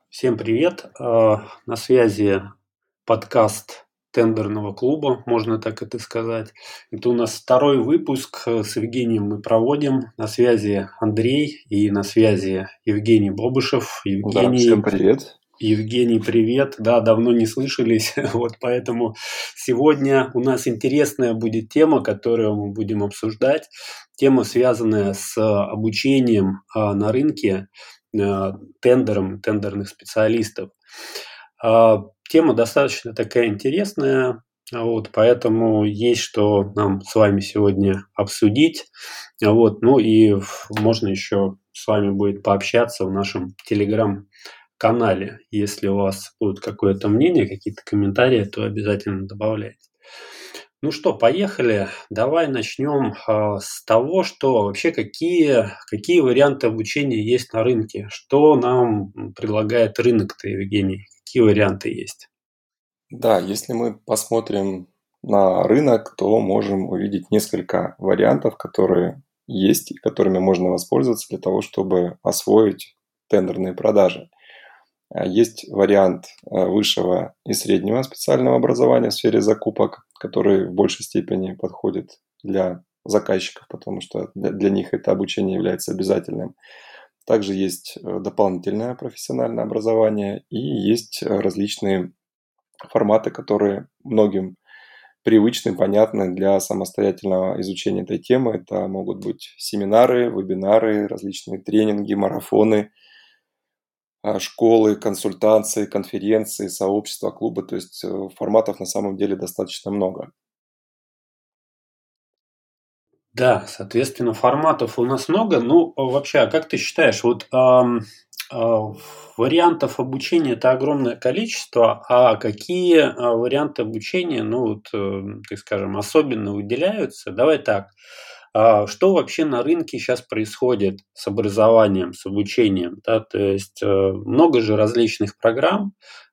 Всем привет! На связи подкаст тендерного клуба, можно так это сказать. Это у нас второй выпуск с Евгением мы проводим. На связи Андрей и на связи Евгений Бобышев. Да, всем привет. Евгений, привет. Да, давно не слышались, вот поэтому сегодня у нас интересная будет тема, которую мы будем обсуждать. Тема, связанная с обучением на рынке тендерных специалистов. Тема достаточно такая интересная, вот, поэтому есть что нам с вами сегодня обсудить. Вот, ну и можно еще с вами будет пообщаться в нашем телеграм-канале. Если у вас будет какое-то мнение, какие-то комментарии, то обязательно добавляйте. Ну что, поехали. Давай начнем с того, что вообще какие варианты обучения есть на рынке. Что нам предлагает рынок-то, Евгений? Какие варианты есть? Да, если мы посмотрим на рынок, то можем увидеть несколько вариантов, которые есть и которыми можно воспользоваться для того, чтобы освоить тендерные продажи. Есть вариант высшего и среднего специального образования в сфере закупок, который в большей степени подходит для заказчиков, потому что для них это обучение является обязательным. Также есть дополнительное профессиональное образование и есть различные форматы, которые многим привычны, понятны для самостоятельного изучения этой темы. Это могут быть семинары, вебинары, различные тренинги, марафоны, школы, консультации, конференции, сообщества, клубы. То есть форматов на самом деле достаточно много. Да, соответственно, форматов у нас много. Ну, вообще, а как ты считаешь, вот вариантов обучения это огромное количество, а какие варианты обучения, ну, вот, так скажем, особенно выделяются? Давай так. Что вообще на рынке сейчас происходит с образованием, с обучением? Да? То есть много же различных программ,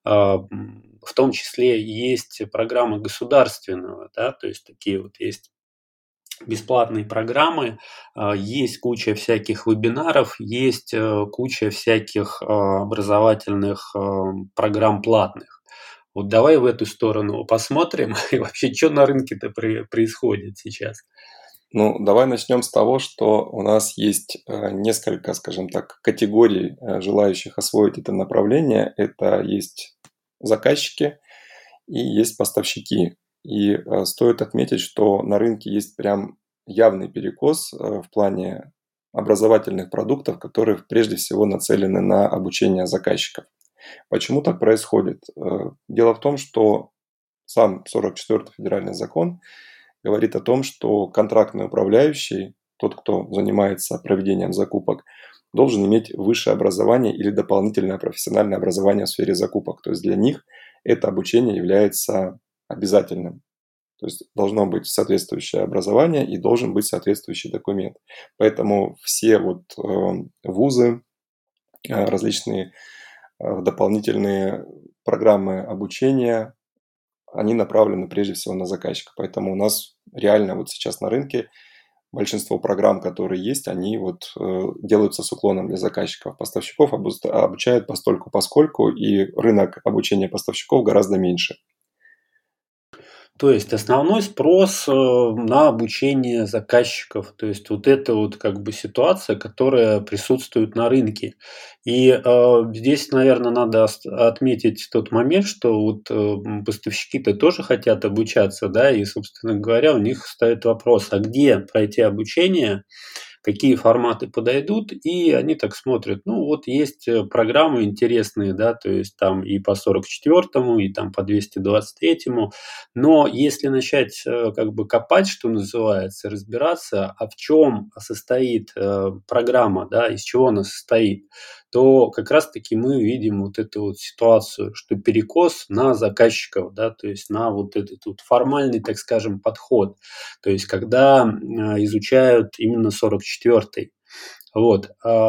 в том числе есть программы государственного, да, то есть такие вот есть бесплатные программы, есть куча всяких вебинаров, есть куча всяких образовательных программ платных. Вот давай в эту сторону посмотрим, и вообще, что на рынке-то происходит сейчас. Ну, давай начнем с того, что у нас есть несколько, скажем так, категорий желающих освоить это направление. Это есть заказчики и есть поставщики. И стоит отметить, что на рынке есть прям явный перекос в плане образовательных продуктов, которые прежде всего нацелены на обучение заказчиков. Почему так происходит? Дело в том, что сам 44-й федеральный закон говорит о том, что контрактный управляющий, тот, кто занимается проведением закупок, должен иметь высшее образование или дополнительное профессиональное образование в сфере закупок. То есть для них это обучение является обязательным. То есть должно быть соответствующее образование и должен быть соответствующий документ. Поэтому все вот вузы, различные дополнительные программы обучения, они направлены прежде всего на заказчика. Поэтому у нас реально вот сейчас на рынке большинство программ, которые есть, они вот делаются с уклоном для заказчиков. Поставщиков обучают постольку поскольку, и рынок обучения поставщиков гораздо меньше. То есть основной спрос на обучение заказчиков. То есть вот это вот как бы ситуация, которая присутствует на рынке. И здесь, наверное, надо отметить тот момент, что вот поставщики-то тоже хотят обучаться, да, и, собственно говоря, у них стоит вопрос, а где пройти обучение, какие форматы подойдут, и они так смотрят, ну вот есть программы интересные, да, то есть там и по 44-му, и там по 223-му, но если начать как бы копать, что называется, разбираться, а в чем состоит программа, да, из чего она состоит, то как раз-таки мы видим вот эту вот ситуацию, что перекос на заказчиков, да, то есть на вот этот вот формальный, так скажем, подход. То есть когда изучают именно 44-й. Вот.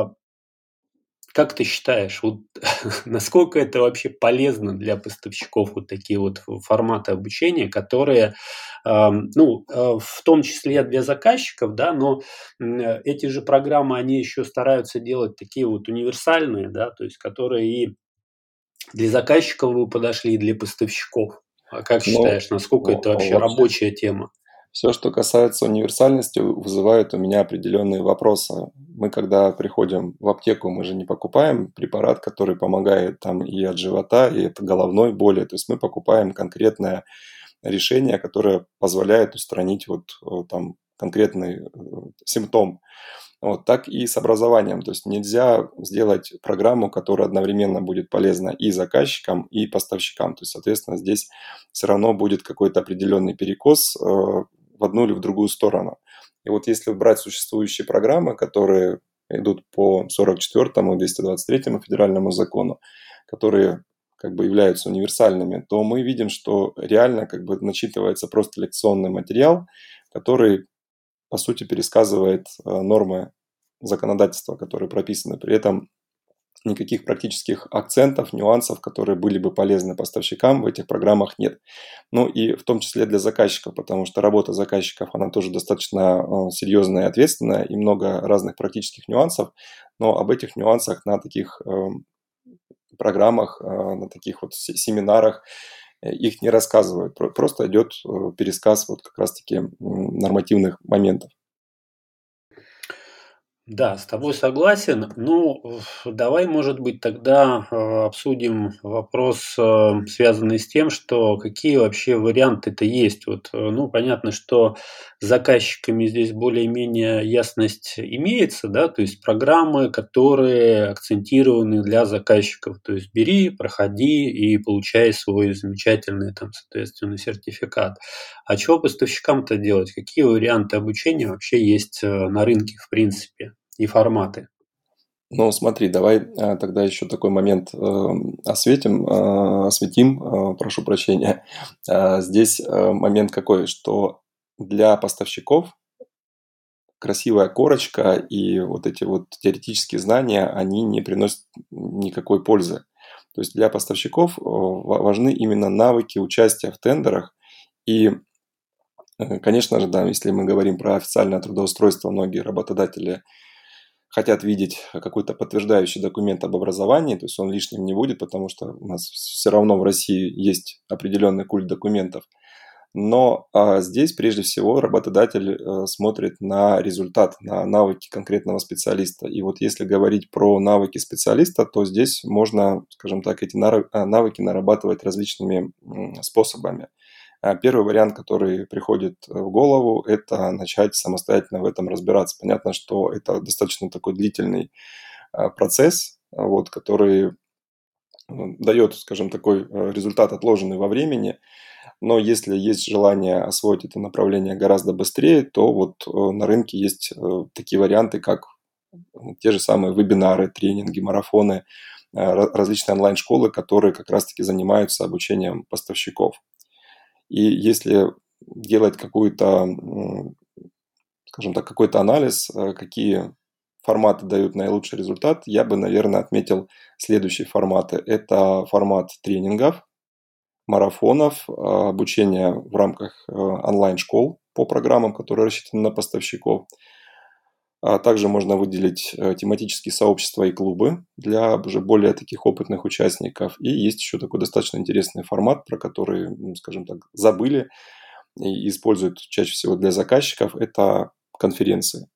Как ты считаешь, вот насколько это вообще полезно для поставщиков, вот такие вот форматы обучения, которые, ну, в том числе для заказчиков, да, но эти же программы, они еще стараются делать такие вот универсальные, да, то есть которые и Для заказчиков вы подошли и для поставщиков. А как Но считаешь, насколько это вообще вообще рабочая тема? все, что касается универсальности, вызывает у меня определенные вопросы. Мы, когда приходим в аптеку, мы же не покупаем препарат, который помогает там и от живота, и от головной боли. То есть мы покупаем конкретное решение, которое позволяет устранить вот там конкретный симптом. Вот так и с образованием. То есть нельзя сделать программу, которая одновременно будет полезна и заказчикам, и поставщикам. То есть, соответственно, здесь все равно будет какой-то определенный перекос в одну или в другую сторону. И вот если брать существующие программы, которые идут по 44-му и 223-му федеральному закону, которые как бы являются универсальными, то мы видим, что реально как бы начитывается просто лекционный материал, который по сути пересказывает нормы законодательства, которые прописаны. При этом никаких практических акцентов, нюансов, которые были бы полезны поставщикам, в этих программах нет. Ну и в том числе для заказчиков, потому что работа заказчиков, она тоже достаточно серьезная и ответственная, и много разных практических нюансов, но об этих нюансах на таких программах, на таких вот семинарах их не рассказывают. Просто идет пересказ вот как раз-таки нормативных моментов. Да, с тобой согласен. Ну, давай, может быть, тогда обсудим вопрос, связанный с тем, что какие вообще варианты-то есть. Вот, ну, понятно, что с заказчиками здесь более-менее ясность имеется, да, то есть программы, которые акцентированы для заказчиков. То есть бери, проходи и получай свой замечательный, там, соответственно, сертификат. А чего поставщикам-то делать? Какие варианты обучения вообще есть на рынке, в принципе, и форматы? Ну, смотри, давай тогда еще такой момент осветим, прошу прощения. Здесь момент какой, что для поставщиков красивая корочка и вот эти вот теоретические знания, они не приносят никакой пользы. То есть для поставщиков важны именно навыки участия в тендерах. И, конечно же, да, если мы говорим про официальное трудоустройство, многие работодатели хотят видеть какой-то подтверждающий документ об образовании, то есть он лишним не будет, потому что у нас все равно в России есть определенный культ документов. Но здесь прежде всего работодатель смотрит на результат, на навыки конкретного специалиста. И вот если говорить про навыки специалиста, то здесь можно, скажем так, эти навыки нарабатывать различными способами. Первый вариант, который приходит в голову, это начать самостоятельно в этом разбираться. Понятно, что это достаточно такой длительный процесс, вот, который дает, скажем, такой результат, отложенный во времени. Но если есть желание освоить это направление гораздо быстрее, то вот на рынке есть такие варианты, как те же самые вебинары, тренинги, марафоны, различные онлайн-школы, которые как раз-таки занимаются обучением поставщиков. И если делать какую-то, скажем так, какой-то анализ, какие форматы дают наилучший результат, я бы, наверное, отметил следующие форматы. Это формат тренингов, марафонов, обучения в рамках онлайн-школ по программам, которые рассчитаны на поставщиков. Также можно выделить тематические сообщества и клубы для уже более таких опытных участников. И есть еще такой достаточно интересный формат, про который, скажем так, забыли и используют чаще всего для заказчиков. Это конференции.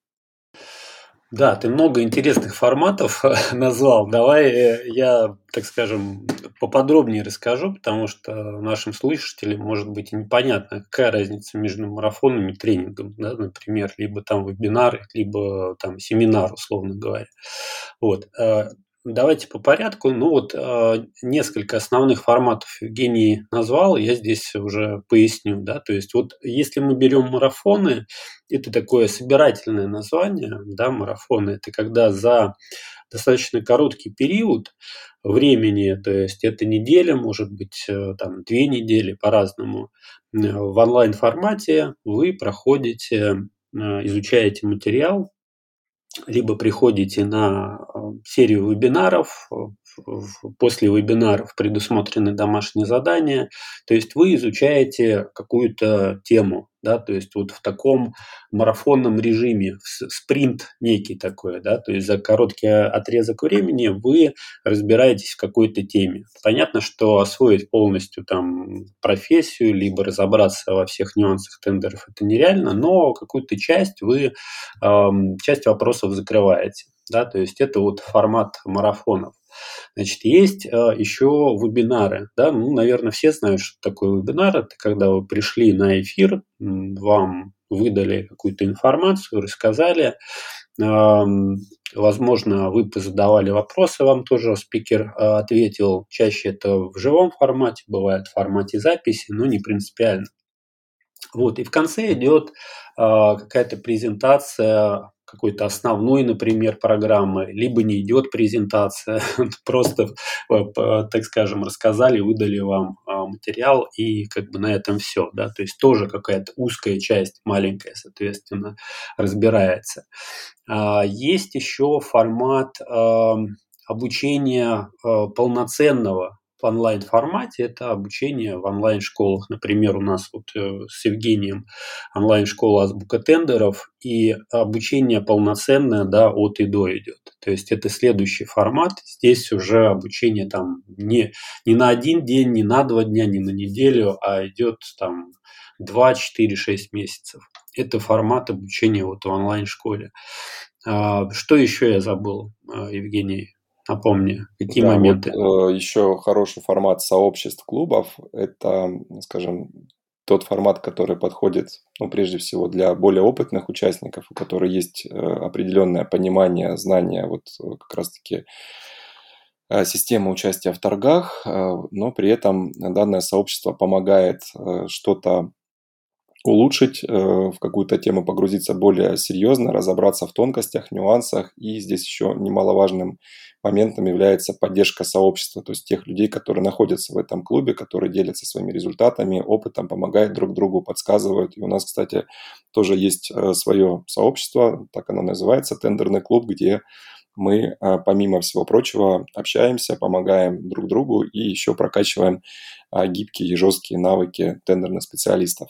Да, ты много интересных форматов назвал. Давай я, так скажем, поподробнее расскажу, потому что нашим слушателям может быть и непонятно, какая разница между марафоном и тренингом, да, например, либо там вебинар, либо там семинар, условно говоря. Вот. Давайте по порядку. Ну вот несколько основных форматов Евгений назвал, я здесь уже поясню, да, то есть вот если мы берем марафоны, это такое собирательное название, да, марафоны. Это когда за достаточно короткий период времени, то есть это неделя, может быть, там 2 недели по-разному, в онлайн-формате вы проходите, изучаете материал, либо приходите на серию вебинаров, после вебинаров предусмотрены домашние задания, то есть вы изучаете какую-то тему, да, то есть вот в таком марафонном режиме, спринт некий такой, да, то есть за короткий отрезок времени вы разбираетесь в какой-то теме. Понятно, что освоить полностью там профессию, либо разобраться во всех нюансах тендеров это нереально, но какую-то часть вы, часть вопросов закрываете. Да, то есть это вот формат марафонов. Значит, есть еще вебинары. Да? Ну, наверное, все знают, что такое вебинар. Это когда вы пришли на эфир, вам выдали какую-то информацию, рассказали. Возможно, вы позадавали вопросы, вам тоже спикер ответил. Чаще это в живом формате, бывает в формате записи, но не принципиально. Вот, и в конце идет какая-то презентация какой-то основной, например, программы, либо не идет презентация, просто, так скажем, рассказали, выдали вам материал, и как бы на этом все, да, то есть тоже какая-то узкая часть, маленькая, соответственно, разбирается. Есть еще формат обучения полноценного в онлайн-формате, это обучение в онлайн-школах. Например, у нас вот с Евгением онлайн-школа азбука тендеров, и обучение полноценное, да, от и до идет. То есть это следующий формат. Здесь уже обучение там не на один день, не на 2 дня, не на неделю, а идет там 2, 4, 6 месяцев. Это формат обучения вот в онлайн-школе. Что еще я забыл, Евгений? Напомни, какие Да, вот моменты? еще хороший формат сообществ клубов. Это, скажем, тот формат, который подходит, ну, прежде всего, для более опытных участников, у которых есть определенное понимание, знание вот как раз-таки системы участия в торгах, но при этом данное сообщество помогает что-то улучшить, в какую-то тему погрузиться более серьезно, разобраться в тонкостях, нюансах. И здесь еще немаловажным моментом является поддержка сообщества, то есть тех людей, которые находятся в этом клубе, которые делятся своими результатами, опытом, помогают друг другу, подсказывают. И у нас, кстати, тоже есть свое сообщество, так оно называется, тендерный клуб, где мы, помимо всего прочего, общаемся, помогаем друг другу и еще прокачиваем гибкие и жесткие навыки тендерных специалистов.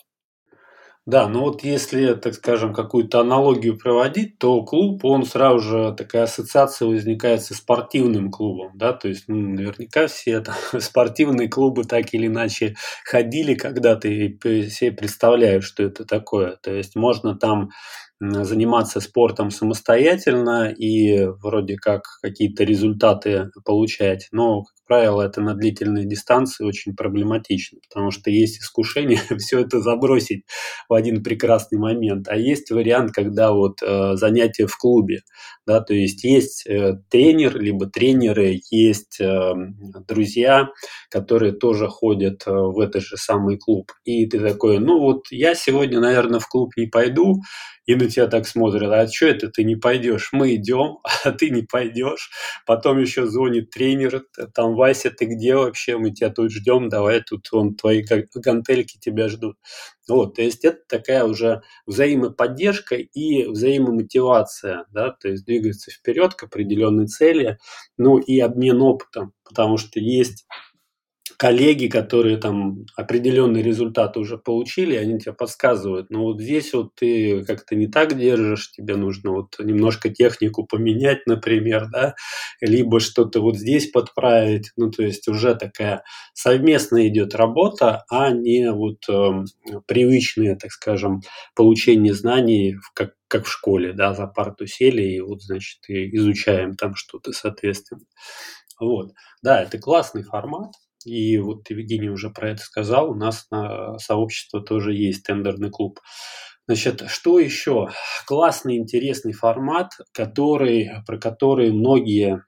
Да, ну вот если, так скажем, какую-то аналогию проводить, то клуб, он сразу же, такая ассоциация возникает со спортивным клубом, да, то есть, ну, наверняка все там, спортивные клубы так или иначе ходили когда-то и себе представляют, что это такое. То есть можно там заниматься спортом самостоятельно и вроде как какие-то результаты получать, но, как правило, это на длительной дистанции очень проблематично, потому что есть искушение все это забросить в один прекрасный момент. А есть вариант, когда вот занятия в клубе, да, то есть есть тренер, либо тренеры, есть друзья, которые тоже ходят в этот же самый клуб. И ты такой, ну вот я сегодня, наверное, в клуб не пойду, и на тебя так смотрят, а что это ты не пойдешь? Мы идем, а ты не пойдешь. Потом еще звонит тренер, там, Вася, ты где вообще? Мы тебя тут ждем, давай тут вон твои гантельки тебя ждут. Вот, то есть это такая уже взаимоподдержка и взаимомотивация, да, то есть двигаться вперед к определенной цели, ну и обмен опытом, потому что есть коллеги, которые там определенный результат уже получили, они тебе подсказывают, ну вот здесь вот ты как-то не так держишь, тебе нужно вот немножко технику поменять, например, да, либо что-то вот здесь подправить, ну то есть уже такая совместная идет работа, а не вот привычные, так скажем, получение знаний, как в школе, да, за парту сели и вот, значит, и изучаем там что-то, соответственно. Вот. Да, это классный формат. И вот Евгений уже про это сказал. У нас на сообщество тоже есть тендерный клуб. Значит, что еще? Классный, интересный формат, про который многие,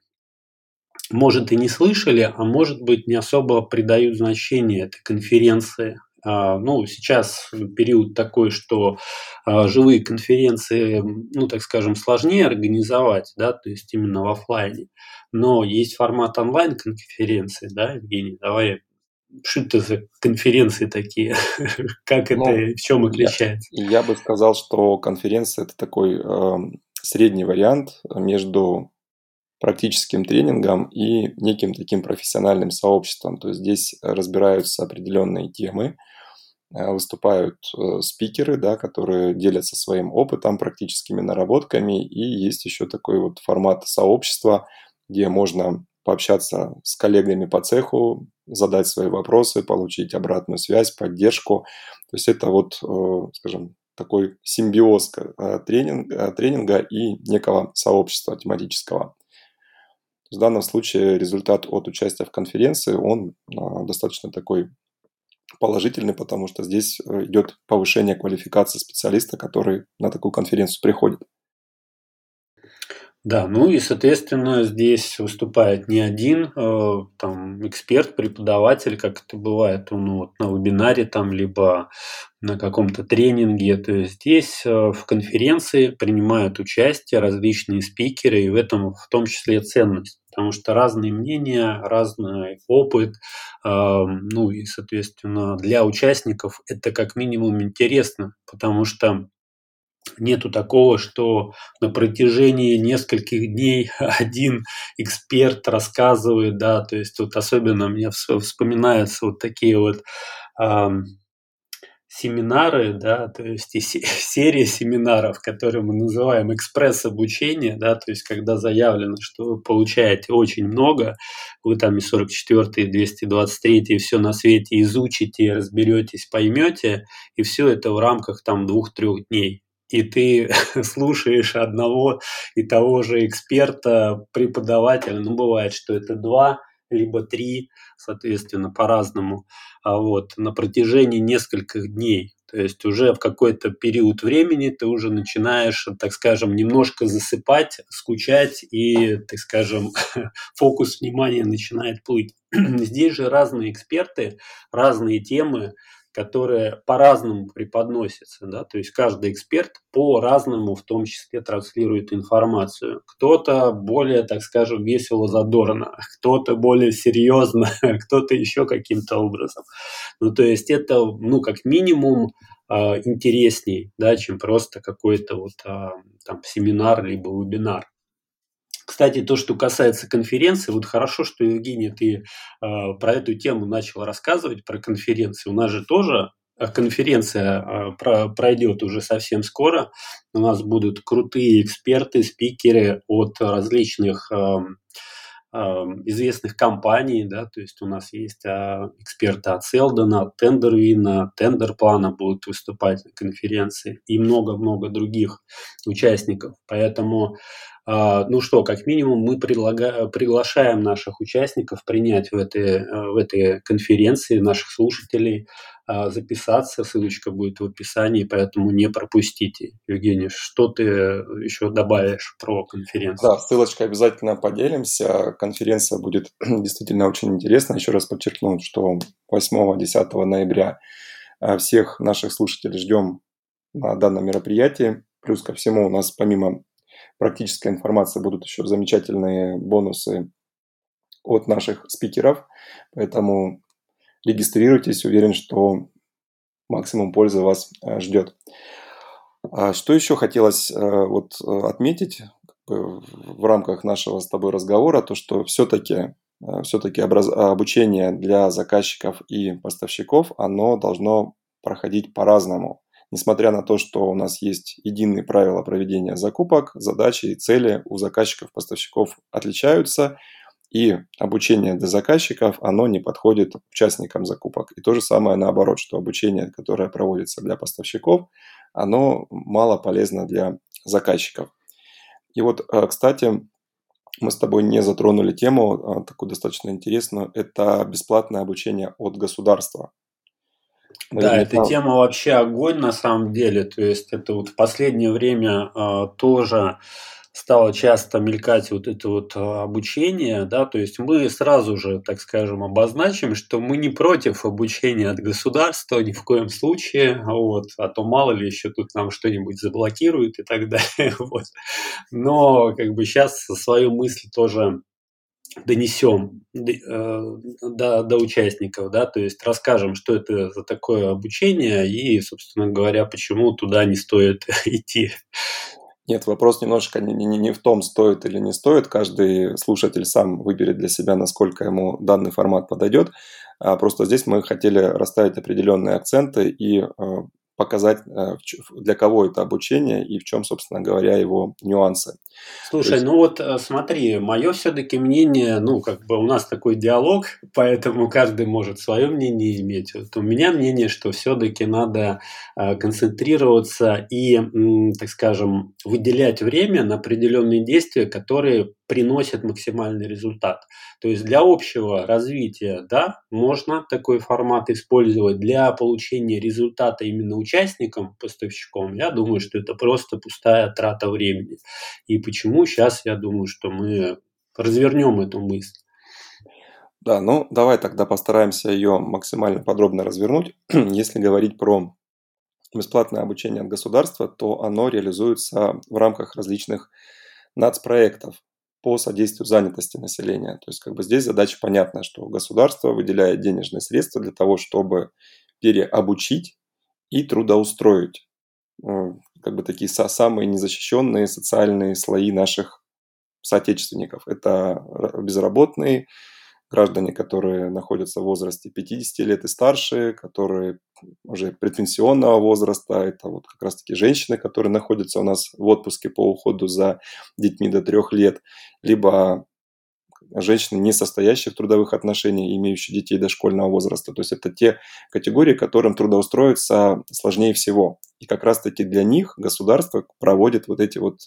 может, и не слышали, а может быть, не особо придают значение. Это конференции. Ну, сейчас период такой, что живые конференции, ну, так скажем, сложнее организовать, да, то есть именно в офлайне. Но есть формат онлайн-конференции, да, Евгений, давай, что это за конференции такие? Как это Ну, и в чем я, отличается? я бы сказал, что конференция – это такой средний вариант между практическим тренингом и неким таким профессиональным сообществом. То есть здесь разбираются определенные темы, выступают спикеры, да, которые делятся своим опытом, практическими наработками, и есть еще такой вот формат сообщества, где можно пообщаться с коллегами по цеху, задать свои вопросы, получить обратную связь, поддержку. То есть это вот, скажем, такой симбиоз тренинга и некого сообщества тематического. В данном случае результат от участия в конференции, он достаточно такой положительный, потому что здесь идет повышение квалификации специалиста, который на такую конференцию приходит. Да, ну и, соответственно, здесь выступает не один там эксперт, преподаватель, как это бывает ну, вот на вебинаре там, либо на каком-то тренинге. То есть здесь в конференции принимают участие различные спикеры, и в этом в том числе ценность. Потому что разные мнения, разный опыт, ну и, соответственно, для участников это как минимум интересно, потому что нету такого, что на протяжении нескольких дней один эксперт рассказывает, да, то есть вот особенно мне вспоминаются вот такие вот ам, семинары, да, то есть и серия семинаров, которые мы называем экспресс-обучение, да, то есть когда заявлено, что вы получаете очень много, вы там и 44-й, и 223-й, все на свете изучите, разберетесь, поймете, и все это в рамках там 2-3 дней. И ты слушаешь одного и того же эксперта, преподавателя, ну, бывает, что это 2, либо 3, соответственно, по-разному, вот, на протяжении нескольких дней. То есть уже в какой-то период времени ты уже начинаешь, так скажем, немножко засыпать, скучать, и, так скажем, фокус внимания начинает плыть. Здесь же разные эксперты, разные темы, которые по-разному преподносятся, да, то есть каждый эксперт по-разному в том числе транслирует информацию. Кто-то более, так скажем, весело, задорно, кто-то более серьезно, кто-то еще каким-то образом. Ну, то есть это, ну, как минимум интересней, да, чем просто какой-то вот там семинар либо вебинар. Кстати, то, что касается конференции, вот хорошо, что, Евгений, ты про эту тему начал рассказывать, про конференции. У нас же тоже конференция пройдет уже совсем скоро. У нас будут крутые эксперты, спикеры от различных известных компаний, да, то есть у нас есть эксперты от Селдона, от Тендервина, Тендерплана будут выступать на конференции и много-много других участников. Поэтому ну что, как минимум мы приглашаем наших участников принять в этой конференции, наших слушателей, записаться. Ссылочка будет в описании, поэтому не пропустите. Евгений, что ты еще добавишь про конференцию? Да, ссылочкой обязательно поделимся. Конференция будет действительно очень интересна. Еще раз подчеркну, что 8-10 ноября всех наших слушателей ждем на данном мероприятии. Плюс ко всему у нас помимо практической информации будут еще замечательные бонусы от наших спикеров. Поэтому регистрируйтесь, уверен, что максимум пользы вас ждет. Что еще хотелось отметить в рамках нашего с тобой разговора, то что все-таки обучение для заказчиков и поставщиков, оно должно проходить по-разному. Несмотря на то, что у нас есть единые правила проведения закупок, задачи и цели у заказчиков и поставщиков отличаются, и обучение для заказчиков, оно не подходит участникам закупок. И то же самое наоборот, что обучение, которое проводится для поставщиков, оно мало полезно для заказчиков. И вот, кстати, мы с тобой не затронули тему, такую достаточно интересную, это бесплатное обучение от государства. Да, эта Наверняка. тема вообще огонь на самом деле. То есть это вот в последнее время тоже стало часто мелькать вот это вот обучение, да, то есть мы сразу же, так скажем, обозначим, что мы не против обучения от государства ни в коем случае, вот, а то мало ли еще тут нам что-нибудь заблокируют и так далее, вот. Но как бы сейчас свою мысль тоже донесем до участников, да, то есть расскажем, что это за такое обучение и, собственно говоря, почему туда не стоит идти. Нет, вопрос немножко не в том, стоит или не стоит. Каждый слушатель сам выберет для себя, насколько ему данный формат подойдет. Просто здесь мы хотели расставить определенные акценты и показать, для кого это обучение и в чем, собственно говоря, его нюансы. То Слушай, есть, ну вот смотри, мое все-таки мнение, ну, как бы у нас такой диалог, поэтому каждый может свое мнение иметь. Вот у меня мнение, что все-таки надо концентрироваться и, так скажем, выделять время на определенные действия, которые приносят максимальный результат. То есть для общего развития, да, можно такой формат использовать. Для получения результата именно участникам, поставщикам, я думаю, что это просто пустая трата времени. И почему сейчас, я думаю, что мы развернем эту мысль. да, ну давай тогда постараемся ее максимально подробно развернуть. Если говорить про бесплатное обучение от государства, то оно реализуется в рамках различных нацпроектов по содействию занятости населения. То есть как бы здесь задача понятна, что государство выделяет денежные средства для того, чтобы переобучить и трудоустроить как бы такие самые незащищенные социальные слои наших соотечественников. Это безработные, граждане, которые находятся в возрасте 50 лет и старше, которые уже предпенсионного возраста, это вот как раз-таки женщины, которые находятся у нас в отпуске по уходу за детьми до 3 лет, либо женщины, не состоящие в трудовых отношениях, имеющие детей дошкольного возраста. То есть это те категории, которым трудоустроиться сложнее всего. И как раз-таки для них государство проводит вот эти вот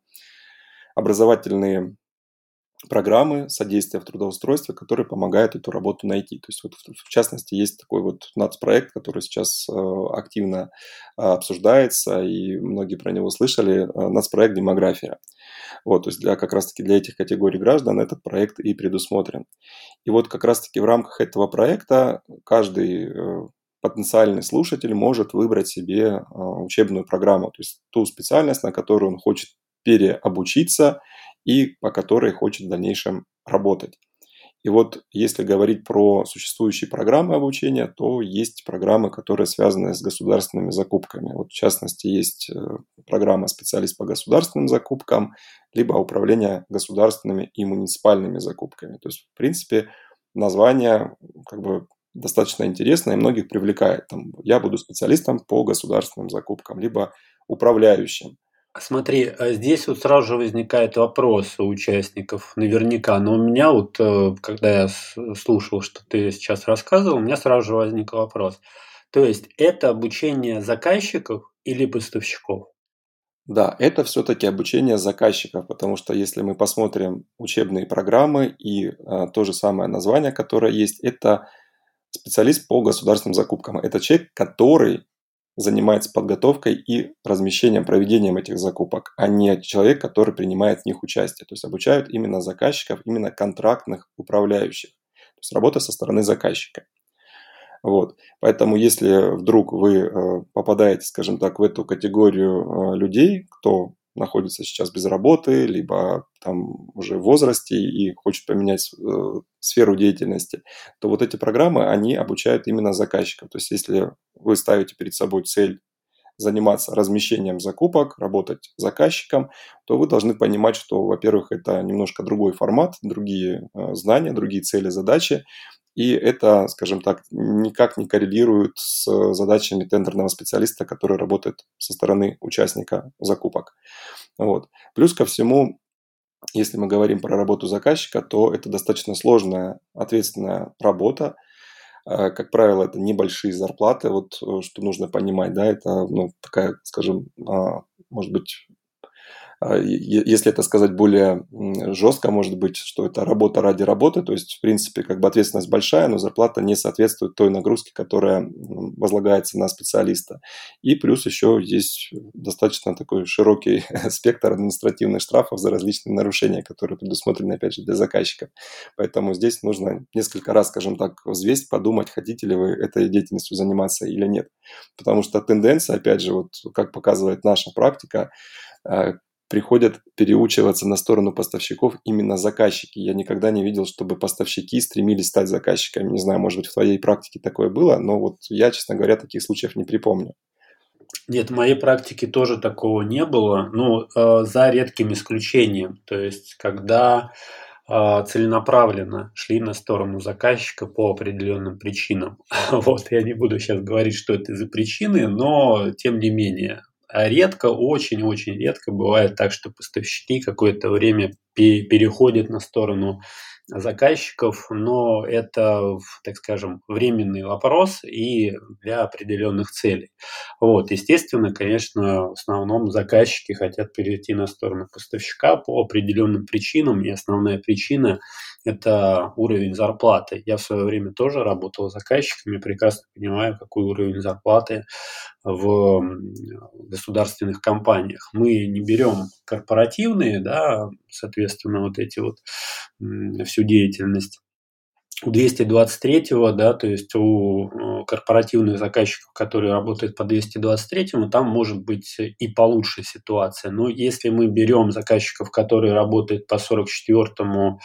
образовательные программы содействия в трудоустройстве, которые помогают эту работу найти. То есть вот в частности есть такой вот нацпроект, который сейчас активно обсуждается, и многие про него слышали, нацпроект «Демография». Вот, то есть как раз-таки для этих категорий граждан этот проект и предусмотрен. И вот как раз-таки в рамках этого проекта каждый потенциальный слушатель может выбрать себе учебную программу, то есть ту специальность, на которую он хочет переобучиться и по которой хочет в дальнейшем работать. И вот если говорить про существующие программы обучения, то есть программы, которые связаны с государственными закупками. Вот в частности, есть программа «Специалист по государственным закупкам», либо «Управление государственными и муниципальными закупками». То есть, в принципе, название как бы достаточно интересное и многих привлекает. Там, я буду специалистом по государственным закупкам, либо управляющим. Смотри, здесь вот сразу же возникает вопрос у участников, наверняка. Но у меня вот, когда я слушал, что ты сейчас рассказывал, у меня сразу же возник вопрос. То есть это обучение заказчиков или поставщиков? Да, это все-таки обучение заказчиков, потому что если мы посмотрим учебные программы и то же самое название, которое есть, это специалист по государственным закупкам. Это человек, который занимается подготовкой и размещением, проведением этих закупок, а не человек, который принимает в них участие. То есть обучают именно заказчиков, именно контрактных управляющих. То есть работа со стороны заказчика. Вот. Поэтому, если вдруг вы попадаете, скажем так, в эту категорию людей, кто находится сейчас без работы, либо там уже в возрасте и хочет поменять сферу деятельности, то вот эти программы, они обучают именно заказчиков. То есть, если вы ставите перед собой цель заниматься размещением закупок, работать заказчиком, то вы должны понимать, что, во-первых, это немножко другой формат, другие знания, другие цели, задачи, и это, скажем так, никак не коррелирует с задачами тендерного специалиста, который работает со стороны участника закупок. Вот. Плюс ко всему, если мы говорим про работу заказчика, то это достаточно сложная, ответственная работа. Как правило, это небольшие зарплаты, вот что нужно понимать, да, это, ну, такая, скажем, может быть, если это сказать более жестко, может быть, что это работа ради работы, то есть, в принципе, как бы ответственность большая, но зарплата не соответствует той нагрузке, которая возлагается на специалиста. И плюс еще здесь достаточно такой широкий спектр административных штрафов за различные нарушения, которые предусмотрены, опять же, для заказчиков. Поэтому здесь нужно несколько раз, скажем так, взвесить, подумать, хотите ли вы этой деятельностью заниматься или нет. Потому что тенденция, опять же, вот как показывает наша практика, приходят переучиваться на сторону поставщиков именно заказчики. Я никогда не видел, чтобы поставщики стремились стать заказчиками. Не знаю, может быть, в твоей практике такое было, но вот я, честно говоря, таких случаев не припомню. Нет, в моей практике тоже такого не было, ну, за редким исключением. То есть, когда целенаправленно шли на сторону заказчика по определенным причинам. Вот, я не буду сейчас говорить, что это за причины, но тем не менее. А редко, очень-очень редко бывает так, что поставщики какое-то время переходят на сторону заказчиков, но это, так скажем, временный вопрос и для определенных целей. Вот, естественно, конечно, в основном заказчики хотят перейти на сторону поставщика по определенным причинам, и основная причина – это уровень зарплаты. Я в свое время тоже работал с заказчиками, прекрасно понимаю, какой уровень зарплаты в государственных компаниях. Мы не берем корпоративные, да, соответственно, вот эти вот всю деятельность. У 223-го, да, то есть у корпоративных заказчиков, которые работают по 223-му, там может быть и получше ситуация. Но если мы берем заказчиков, которые работают по 44-му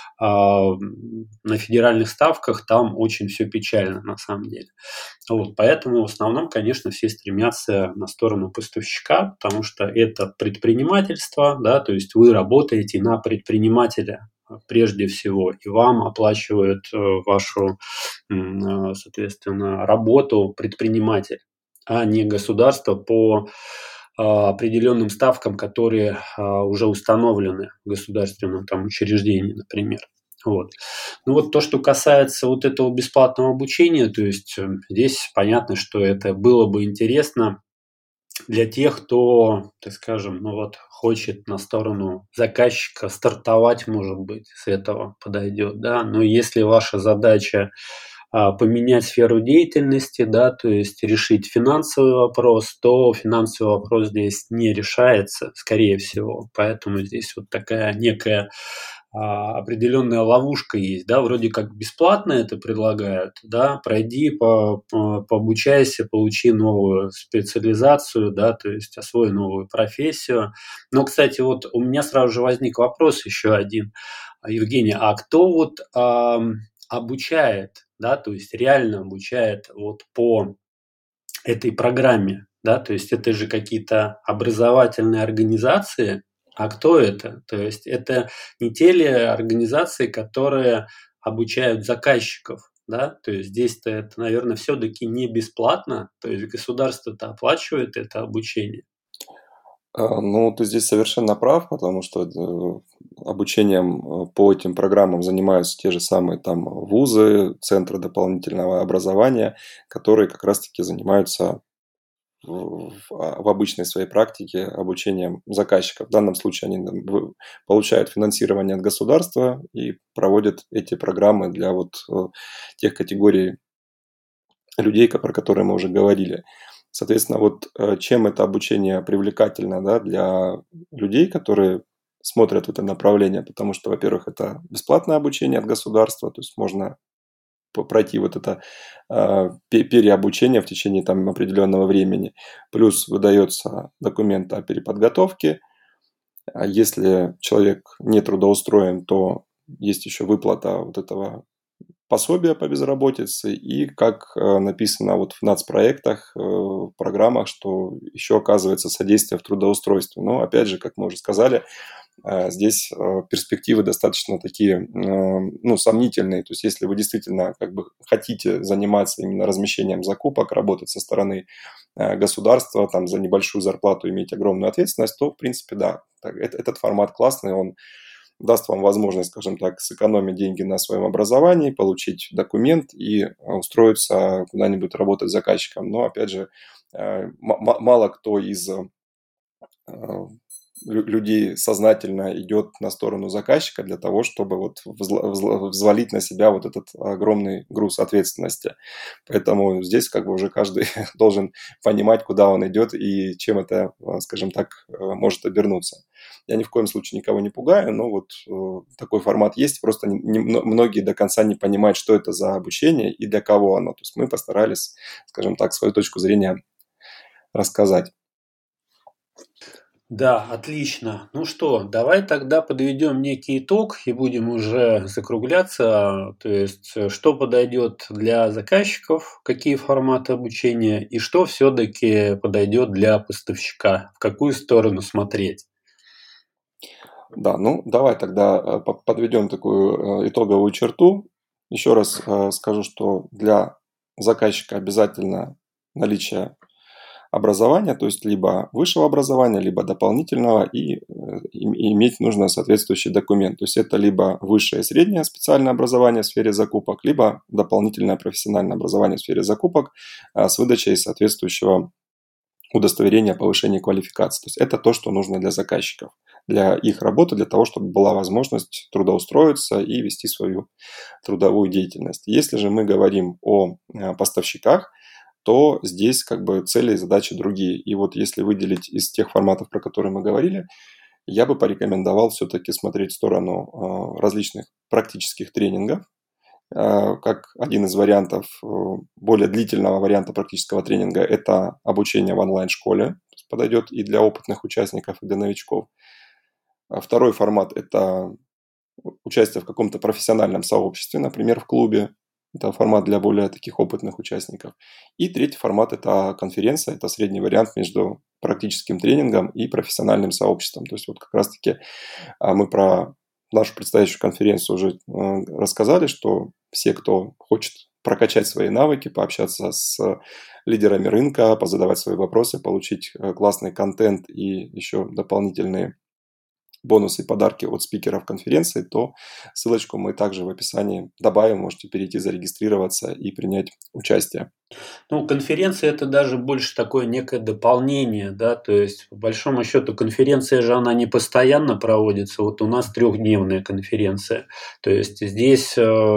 на федеральных ставках, там очень все печально на самом деле. Вот, поэтому в основном, конечно, все стремятся на сторону поставщика, потому что это предпринимательство, да, то есть вы работаете на предпринимателя прежде всего, и вам оплачивают вашу, соответственно, работу предприниматель, а не государство по определенным ставкам, которые уже установлены в государственном там учреждении, например. Вот. Ну вот то, что касается вот этого бесплатного обучения, то есть здесь понятно, что это было бы интересно для тех, кто, так скажем, ну вот хочет на сторону заказчика стартовать, может быть, с этого подойдет, да. Но если ваша задача поменять сферу деятельности, да, то есть решить финансовый вопрос, то финансовый вопрос здесь не решается, скорее всего. Поэтому здесь вот такая некая определенная ловушка есть, да, вроде как бесплатно это предлагают, да, пройди, пообучайся, получи новую специализацию, да, то есть освой новую профессию. Но, кстати, вот у меня сразу же возник вопрос еще один, Евгений, а кто вот обучает, да, то есть реально обучает вот по этой программе, да, то есть это же какие-то образовательные организации, а кто это? То есть это не те ли организации, которые обучают заказчиков, да, то есть здесь-то это, наверное, все-таки не бесплатно, то есть государство-то оплачивает это обучение. Ну, ты здесь совершенно прав, потому что обучением по этим программам занимаются те же самые там вузы, центры дополнительного образования, которые как раз-таки занимаются в обычной своей практике обучением заказчиков. В данном случае они получают финансирование от государства и проводят эти программы для вот тех категорий людей, про которые мы уже говорили. Соответственно, вот чем это обучение привлекательно, да, для людей, которые смотрят в это направление, потому что, во-первых, это бесплатное обучение от государства, то есть можно пройти вот это переобучение в течение там определенного времени. Плюс выдается документ о переподготовке. А если человек не трудоустроен, то есть еще выплата вот этого пособия по безработице и, как написано вот в нацпроектах, в программах, что еще оказывается содействие в трудоустройстве. Но, опять же, как мы уже сказали, здесь перспективы достаточно такие, ну, сомнительные. То есть, если вы действительно как бы хотите заниматься именно размещением закупок, работать со стороны государства, там, за небольшую зарплату иметь огромную ответственность, то, в принципе, да, этот формат классный, он даст вам возможность, скажем так, сэкономить деньги на своем образовании, получить документ и устроиться куда-нибудь работать заказчиком. Но, опять же, мало кто из людей сознательно идет на сторону заказчика для того, чтобы вот взвалить на себя вот этот огромный груз ответственности. Поэтому здесь как бы уже каждый должен понимать, куда он идет и чем это, скажем так, может обернуться. Я ни в коем случае никого не пугаю, но вот такой формат есть, просто многие до конца не понимают, что это за обучение и для кого оно. То есть мы постарались, скажем так, свою точку зрения рассказать. Да, отлично. Ну что, давай тогда подведем некий итог и будем уже закругляться. То есть, что подойдет для заказчиков, какие форматы обучения и что все-таки подойдет для поставщика, в какую сторону смотреть. Да, ну давай тогда подведем такую итоговую черту. Еще раз скажу, что для заказчика обязательно наличие образования, то есть либо высшего образования, либо дополнительного, и иметь нужно соответствующий документ. То есть это либо высшее и среднее специальное образование в сфере закупок, либо дополнительное профессиональное образование в сфере закупок с выдачей соответствующего удостоверения о повышении квалификации. То есть это то, что нужно для заказчиков, для их работы, для того, чтобы была возможность трудоустроиться и вести свою трудовую деятельность. Если же мы говорим о поставщиках, то здесь как бы цели и задачи другие. И вот если выделить из тех форматов, про которые мы говорили, я бы порекомендовал все-таки смотреть в сторону различных практических тренингов, как один из вариантов, более длительного варианта практического тренинга, это обучение в онлайн-школе. То есть подойдет и для опытных участников, и для новичков. Второй формат – это участие в каком-то профессиональном сообществе, например, в клубе. Это формат для более таких опытных участников. И третий формат – это конференция, это средний вариант между практическим тренингом и профессиональным сообществом. То есть вот как раз-таки мы про нашу предстоящую конференцию уже рассказали, что все, кто хочет прокачать свои навыки, пообщаться с лидерами рынка, позадавать свои вопросы, получить классный контент и еще дополнительные бонусы и подарки от спикеров конференции, то ссылочку мы также в описании добавим, можете перейти, зарегистрироваться и принять участие. Ну, конференция это даже больше такое некое дополнение, да, то есть по большому счету конференция же она не постоянно проводится, вот у нас трехдневная конференция, то есть здесь,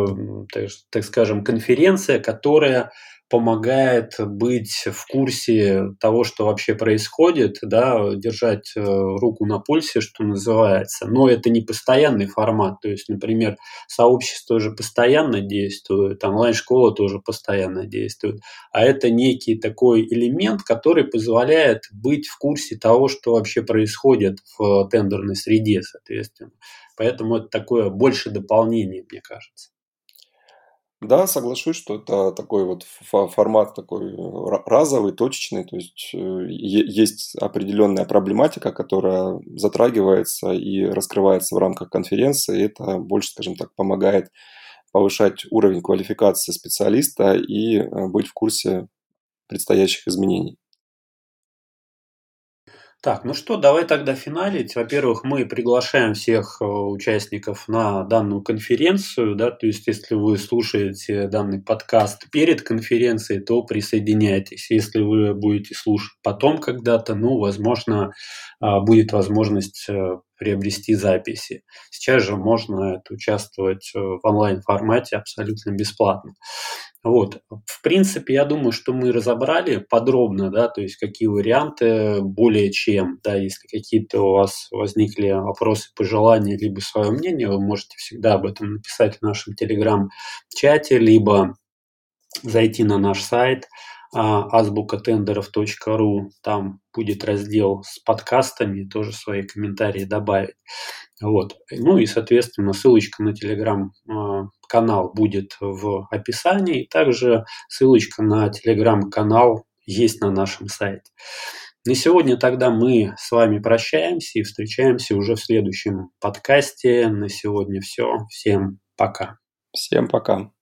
так скажем, конференция, которая помогает быть в курсе того, что вообще происходит, да, держать руку на пульсе, что называется, но это не постоянный формат, то есть, например, сообщество же постоянно действует, онлайн-школа тоже постоянно действует, а это некий такой элемент, который позволяет быть в курсе того, что вообще происходит в тендерной среде, соответственно. Поэтому это такое больше дополнение, мне кажется. Да, соглашусь, что это такой вот формат такой разовый, точечный, то есть есть определенная проблематика, которая затрагивается и раскрывается в рамках конференции, и это больше, скажем так, помогает повышать уровень квалификации специалиста и быть в курсе предстоящих изменений. Так, ну что, давай тогда финалить. Во-первых, мы приглашаем всех участников на данную конференцию, да, то есть если вы слушаете данный подкаст перед конференцией, то присоединяйтесь. Если вы будете слушать потом когда-то, ну, возможно, будет возможность приобрести записи. Сейчас же можно участвовать в онлайн-формате абсолютно бесплатно. Вот. В принципе, я думаю, что мы разобрали подробно, да, то есть какие варианты более чем, да, если какие-то у вас возникли вопросы, пожелания, либо свое мнение, вы можете всегда об этом написать в нашем телеграм-чате, либо зайти на наш сайт азбукатендеров.ру, там будет раздел с подкастами, тоже свои комментарии добавить. Вот. Ну и, соответственно, ссылочка на телеграм-канал будет в описании. Также ссылочка на телеграм-канал есть на нашем сайте. На сегодня тогда мы с вами прощаемся и встречаемся уже в следующем подкасте. На сегодня все. Всем пока. Всем пока.